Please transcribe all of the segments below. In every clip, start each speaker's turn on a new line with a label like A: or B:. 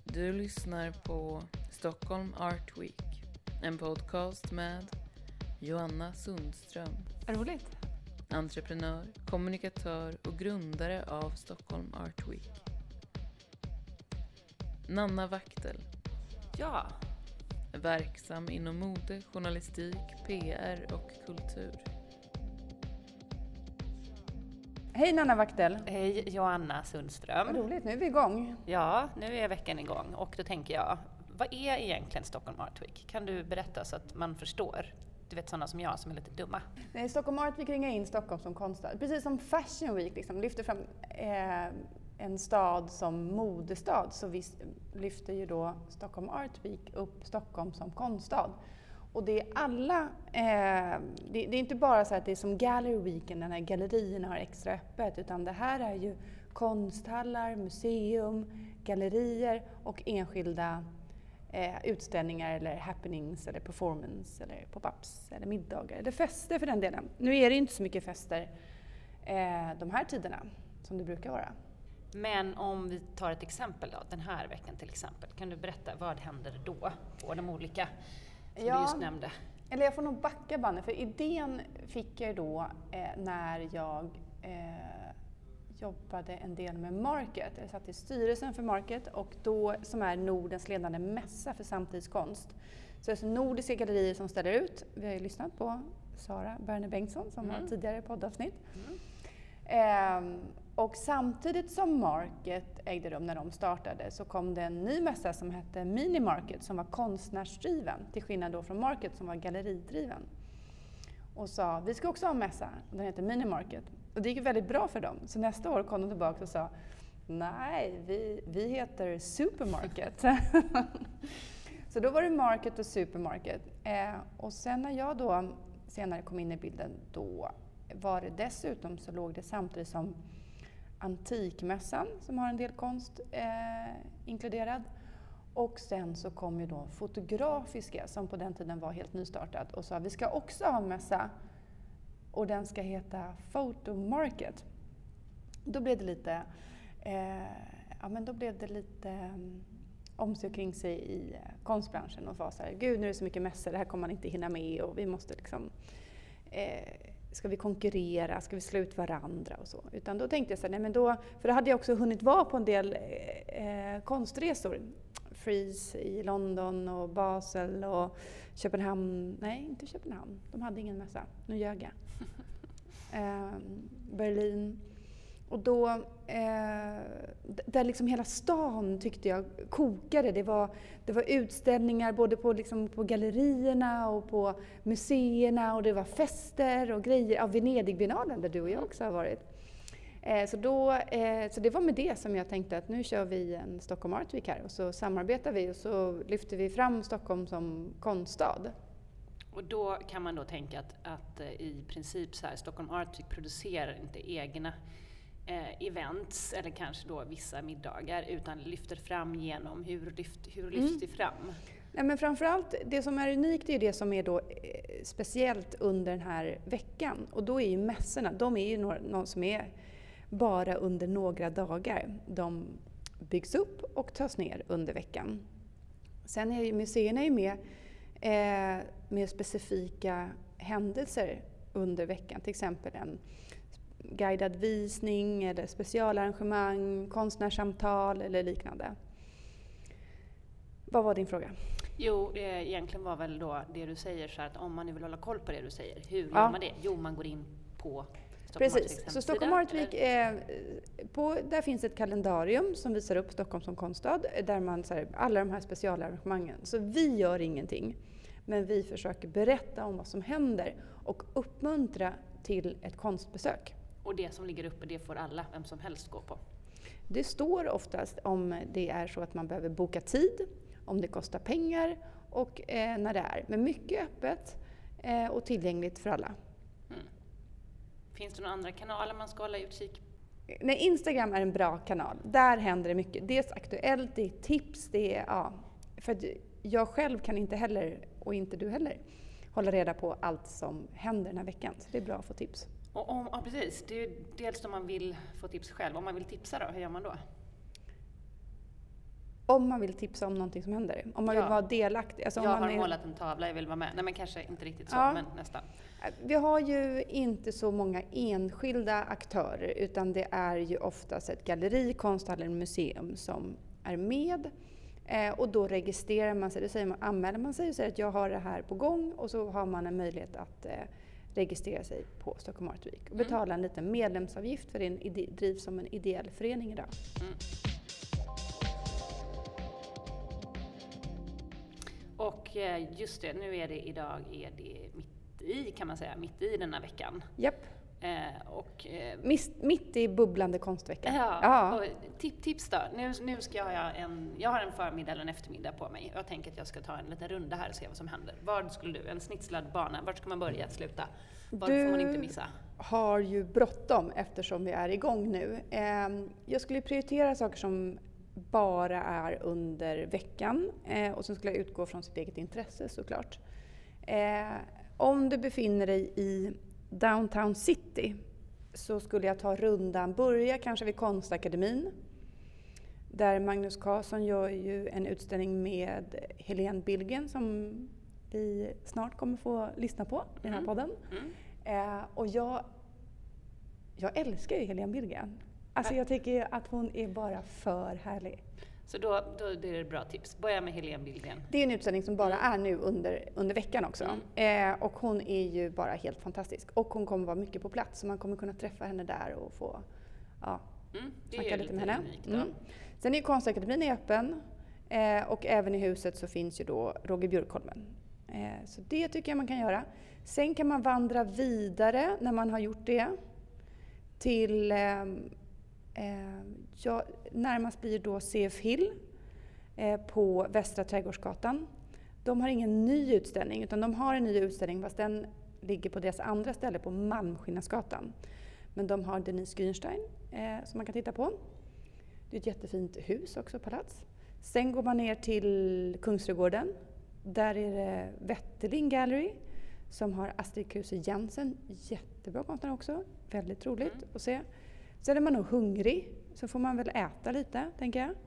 A: Du lyssnar på Stockholm Art Week, en podcast med Joanna Sundström.
B: Roligt.
A: Entreprenör, kommunikatör och grundare av Stockholm Art Week. Nanna Wachtel.
B: Ja.
A: Verksam inom mode, journalistik, PR och kultur.
B: Hej Nanna Wachtel.
C: Hej Joanna Sundström.
B: Vad roligt, nu är vi igång.
C: Ja, nu är veckan igång och då tänker jag, vad är egentligen Stockholm Art Week? Kan du berätta så att man förstår? Du vet, sådana som jag som är lite dumma.
B: Nej, Stockholm Art Week ringar in Stockholm som konststad. Precis som Fashion Week liksom, lyfter fram en stad som modestad, så lyfter ju då Stockholm Art Week upp Stockholm som konststad. Och det är alla, det är inte bara så att det är som Gallery Weekend, den här gallerierna har extra öppet, utan det här är ju konsthallar, museum, gallerier och enskilda utställningar eller happenings eller performance eller pop-ups eller middagar eller fester för den delen. Nu är det inte så mycket fester de här tiderna som det brukar vara.
C: Men om vi tar ett exempel då, den här veckan till exempel, kan du berätta vad händer då på de olika som du just nämnde?
B: Eller jag får nog backa bandet, för idén fick jag då när jag jobbade en del med Market. Jag satt i styrelsen för Market, och då, som är Nordens ledande mässa för samtidskonst. Så det är så nordiska gallerier som ställer ut. Vi har ju lyssnat på Sara Berner Bengtsson som har tidigare poddavsnitt. Och samtidigt som Market ägde rum när de startade, så kom det en ny mässa som hette Mini Market, som var konstnärsdriven, till skillnad då från Market som var galleridriven. Och sa, vi ska också ha en mässa, den heter Mini Market. Och det gick väldigt bra för dem. Så nästa år kom de tillbaka och sa, nej, vi heter Supermarket. Så då var det Market och Supermarket. Och sen när jag då senare kom in i bilden, då var det dessutom, så låg det samtidigt som Antikmässan, som har en del konst inkluderad. Och sen så kom ju då Fotografiska, som på den tiden var helt nystartat, och sa vi ska också ha en mässa, och den ska heta Photo Market. Då blev det lite, om sig och kring sig i konstbranschen, och var så här, gud nu är det så mycket mässor, det här kommer man inte hinna med, och vi måste liksom, ska vi konkurrera, ska vi slå ut varandra och så. Utan då tänkte jag så här, nej men då, för då hade jag också hunnit vara på en del konstresor. Frieze i London och Basel och Köpenhamn. Nej, inte Köpenhamn. De hade ingen mässa. Nu ljög jag. Berlin. Och då, där liksom hela stan tyckte jag kokade. Det var utställningar både på gallerierna och på museerna, och det var fester och grejer. Av Venedig-biennalen där du och jag också har varit. Så det var med det som jag tänkte att nu kör vi en Stockholm Art Week här, och så samarbetar vi och så lyfter vi fram Stockholm som konststad.
C: Och då kan man då tänka att i princip så här, Stockholm Art Week producerar inte egna events eller kanske då vissa middagar, utan lyfter fram genom hur lyfter fram?
B: Nej, men framförallt det som är unikt är det som är då speciellt under den här veckan, och då är ju mässorna, de är ju någon som är bara under några dagar. De byggs upp och tas ner under veckan. Sen är ju museerna med specifika händelser under veckan, till exempel en guidad visning eller specialarrangemang, konstnärssamtal eller liknande. Vad var din fråga?
C: Jo, egentligen var väl då det du säger, så att om man nu vill hålla koll på det du säger, hur gör man det? Jo, man går in på Stockholm Art Week.
B: Så Stockholm Art Week, där finns ett kalendarium som visar upp Stockholm som konststad, där man så här, alla de här specialarrangemangen. Så vi gör ingenting, men vi försöker berätta om vad som händer och uppmuntra till ett konstbesök.
C: Och det som ligger uppe, det får alla, vem som helst gå på?
B: Det står oftast om det är så att man behöver boka tid, om det kostar pengar och när det är. Men mycket öppet och tillgängligt för alla.
C: Finns det några andra kanaler man ska hålla utkik?
B: Nej, Instagram är en bra kanal. Där händer det mycket. Det är aktuellt, det är tips, det är, ja. För att jag själv kan inte heller, och inte du heller, hålla reda på allt som händer den här veckan. Så det är bra att få tips.
C: Ja, precis. Det är ju dels om man vill få tips själv. Om man vill tipsa då, hur gör man då?
B: Om man vill tipsa om någonting som händer. Om man vill vara delaktig. Alltså
C: jag har målat en tavla, jag vill vara med. Nej, men kanske inte riktigt så, men nästan.
B: Vi har ju inte så många enskilda aktörer, utan det är ju oftast ett galleri, konsthall eller museum som är med. Och då registrerar man sig, anmäler man sig och säger att jag har det här på gång, och så har man en möjlighet att registrera sig på Stockholm Art Week och betala en liten medlemsavgift för det drivs som en ideell förening idag.
C: Och just det, nu är det idag mitt i denna veckan.
B: Japp. Mitt i bubblande konstveckan.
C: Ja. Och tips då. Nu ska jag har en förmiddag eller en eftermiddag på mig. Jag tänker att jag ska ta en liten runda här och se vad som händer. Vad skulle du, en snitslad bana, vart ska man börja, sluta? Vad får man inte missa?
B: Du har ju bråttom eftersom vi är igång nu. Jag skulle prioritera saker som bara är under veckan, och sen skulle jag utgå från sitt eget intresse såklart. Om du befinner dig i Downtown City så skulle jag ta rundan, börja kanske vid Konstakademin, där Magnus Carlsson gör ju en utställning med Helene Billgren som vi snart kommer få lyssna på i den här podden. Och jag älskar ju Helene Billgren. Alltså jag tycker att hon är bara för härlig.
C: Så då är det ett bra tips. Börja med Helene Billgren.
B: Det är en utställning som bara är nu under veckan också. Och hon är ju bara helt fantastisk. Och hon kommer vara mycket på plats. Så man kommer kunna träffa henne där och få snacka lite med henne. Sen är ju Konstakademin öppen. Och även i huset så finns ju då Roger Björkholmen. Så det tycker jag man kan göra. Sen kan man vandra vidare när man har gjort det. Till närmast blir då CF Hill på Västra Trädgårdsgatan. De har ingen ny utställning, utan de har en ny utställning fast den ligger på deras andra ställe på Malmskillnadsgatan. Men de har Denise Grünstein som man kan titta på. Det är ett jättefint hus också, palats. Sen går man ner till Kungsträdgården. Där är det Wetterling Gallery som har Astrid Kruse Jensen. Jättebra konstnär också. Väldigt roligt att se. Sen är man nog hungrig, så får man väl äta lite, tänker jag.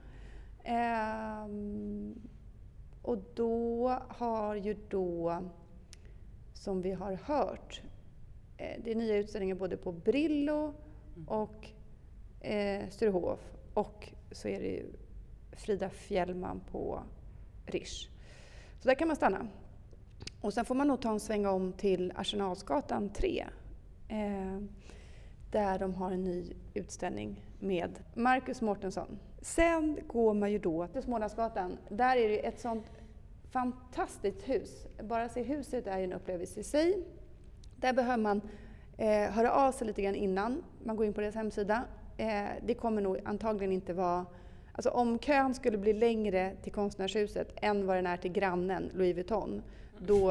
B: Och då har ju som vi har hört, det är nya utställningar både på Brillo och Sturehof. Och så är det ju Frida Fjällman på Rish. Så där kan man stanna. Och sen får man nog ta en sväng om till Arsenalsgatan 3. Där de har en ny utställning med Marcus Mårtensson. Sen går man ju då till Smålandsgatan. Där är det ett sånt fantastiskt hus. Bara se huset är en upplevelse i sig. Där behöver man höra av sig lite grann innan man går in på deras hemsida. Det kommer nog antagligen inte vara... Alltså om kön skulle bli längre till konstnärshuset än vad den är till grannen Louis Vuitton, då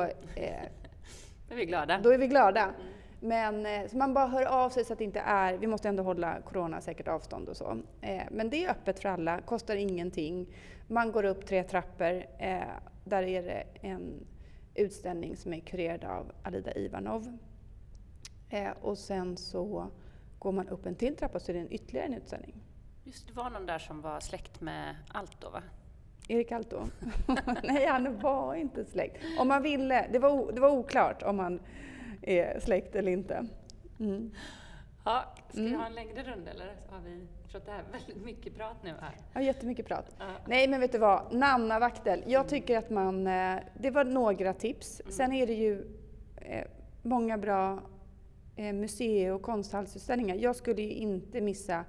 C: är vi glada.
B: Då är vi glada. Men så man bara hör av sig så att det inte är, vi måste ändå hålla coronasäkert avstånd och så. Men det är öppet för alla, kostar ingenting. Man går upp 3 trappor, där är det en utställning som är kurerad av Alida Ivanov. Och sen så går man upp en till trappa så är det ytterligare en utställning.
C: Just det, var någon där som var släkt med Aalto, va?
B: Erik Aalto? Nej, han var inte släkt. Om man ville, det var oklart om han är släkt eller inte.
C: Ja, ska vi ha en längre runda eller har vi trott det här väldigt mycket prat nu här?
B: Ja, jättemycket prat. Nej, men vet du vad? Nanna Wachtel. Jag tycker att det var några tips. Sen är det ju många bra museer- och konsthallsutställningar. Jag skulle ju inte missa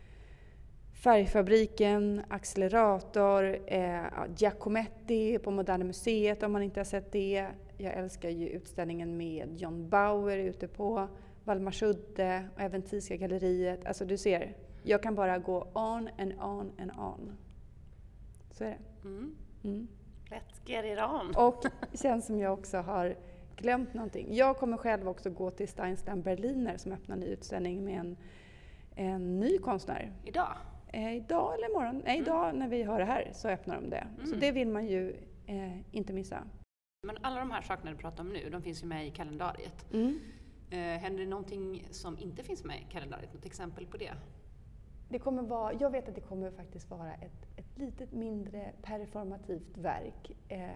B: Färgfabriken, Accelerator, Giacometti på Moderna Museet om man inte har sett det. Jag älskar ju utställningen med John Bauer ute på Valdemarsudde och även Thiska galleriet. Alltså du ser, jag kan bara gå on and on and on. Så är det.
C: Let's get it on.
B: Och det känns som jag också har glömt någonting. Jag kommer själv också gå till Steinstam Berliner som öppnar en ny utställning med en ny konstnär.
C: Idag?
B: Idag eller imorgon? Nej, idag när vi hör det här så öppnar de det. Så det vill man ju inte missa.
C: Men alla de här sakerna du pratar om nu, de finns ju med i kalendariet. Händer det någonting som inte finns med i kalendariet? Något exempel på det?
B: Jag vet att det kommer faktiskt vara ett litet mindre performativt verk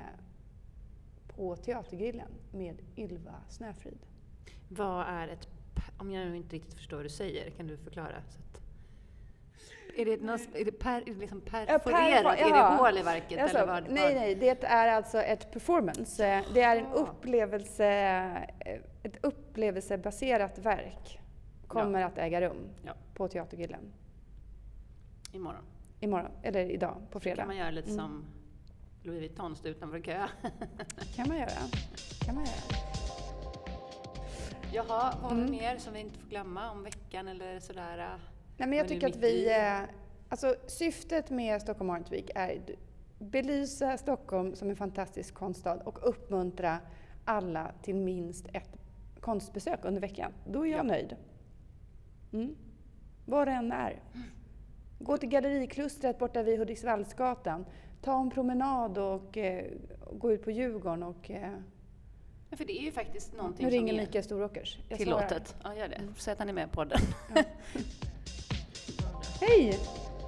B: på Teatergrillen med Ylva Snöfrid.
C: Vad är om jag nu inte riktigt förstår vad du säger, kan du förklara? Så att, är det perforerat? Är det hål i verket?
B: Alltså,
C: eller vad?
B: Nej, det är alltså ett performance. Det är ett upplevelsebaserat verk. Kommer att äga rum på Teatergrillen. Imorgon, eller idag, på fredag.
C: Kan man göra lite som Louis Vuitton, stå utanför kö?
B: Kan man göra.
C: Jaha, vad har vi mer som vi inte får glömma om veckan eller sådär?
B: Nej, men jag tycker att syftet med Stockholm Art Week är att belysa Stockholm som en fantastisk konststad och uppmuntra alla till minst ett konstbesök under veckan. Då är jag nöjd. Var det än är. Gå till Galleriklustret borta vid Hudiksvallsgatan. Ta en promenad och gå ut på Djurgården och...
C: Ja, för det är ju faktiskt någonting
B: nu
C: som
B: ringer
C: är
B: Mikael Storåkers.
C: tillåtet. Ja, gör det. Så att han är med på podden.
B: Ja. Hej!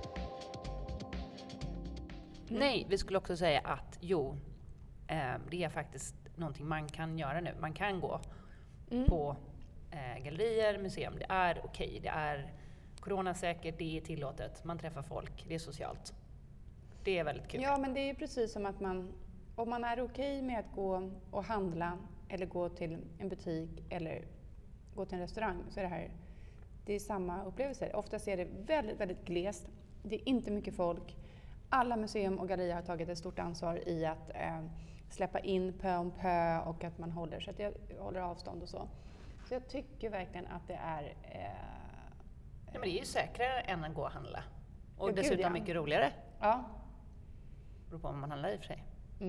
C: Nej, vi skulle också säga att det är faktiskt någonting man kan göra nu. Man kan gå på gallerier, museum. Det är okej. Det är coronasäkert, det är tillåtet. Man träffar folk, det är socialt. Det är väldigt kul.
B: Ja, men det är ju precis som att om man är okej med att gå och handla eller gå till en butik eller gå till en restaurang, så är det är samma upplevelse. Oftast är det väldigt, väldigt glest. Det är inte mycket folk. Alla museum och gallerier har tagit ett stort ansvar i att släppa in pö om pö och att man håller avstånd och så. Så jag tycker verkligen att det är...
C: Ja, men det är ju säkrare än att gå och handla. Och dessutom mycket roligare.
B: Ja.
C: Beror på om man handlar i och för sig.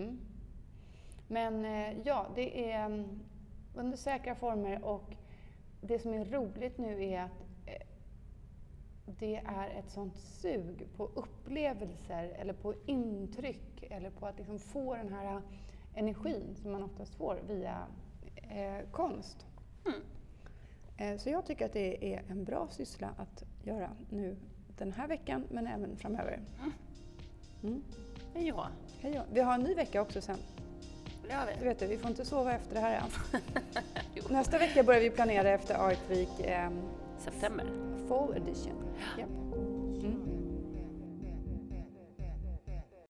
B: Men det är under säkra former, och det som är roligt nu är att det är ett sånt sug på upplevelser eller på intryck eller på att liksom få den här energin som man oftast får via konst. Så jag tycker att det är en bra syssla att göra nu den här veckan, men även framöver.
C: Ja.
B: Vi har en ny vecka också sen.
C: Det har vi.
B: Du vet, vi får inte sova efter det här än. Nästa vecka börjar vi planera efter Art Week.
C: September.
B: Fall edition. Yep.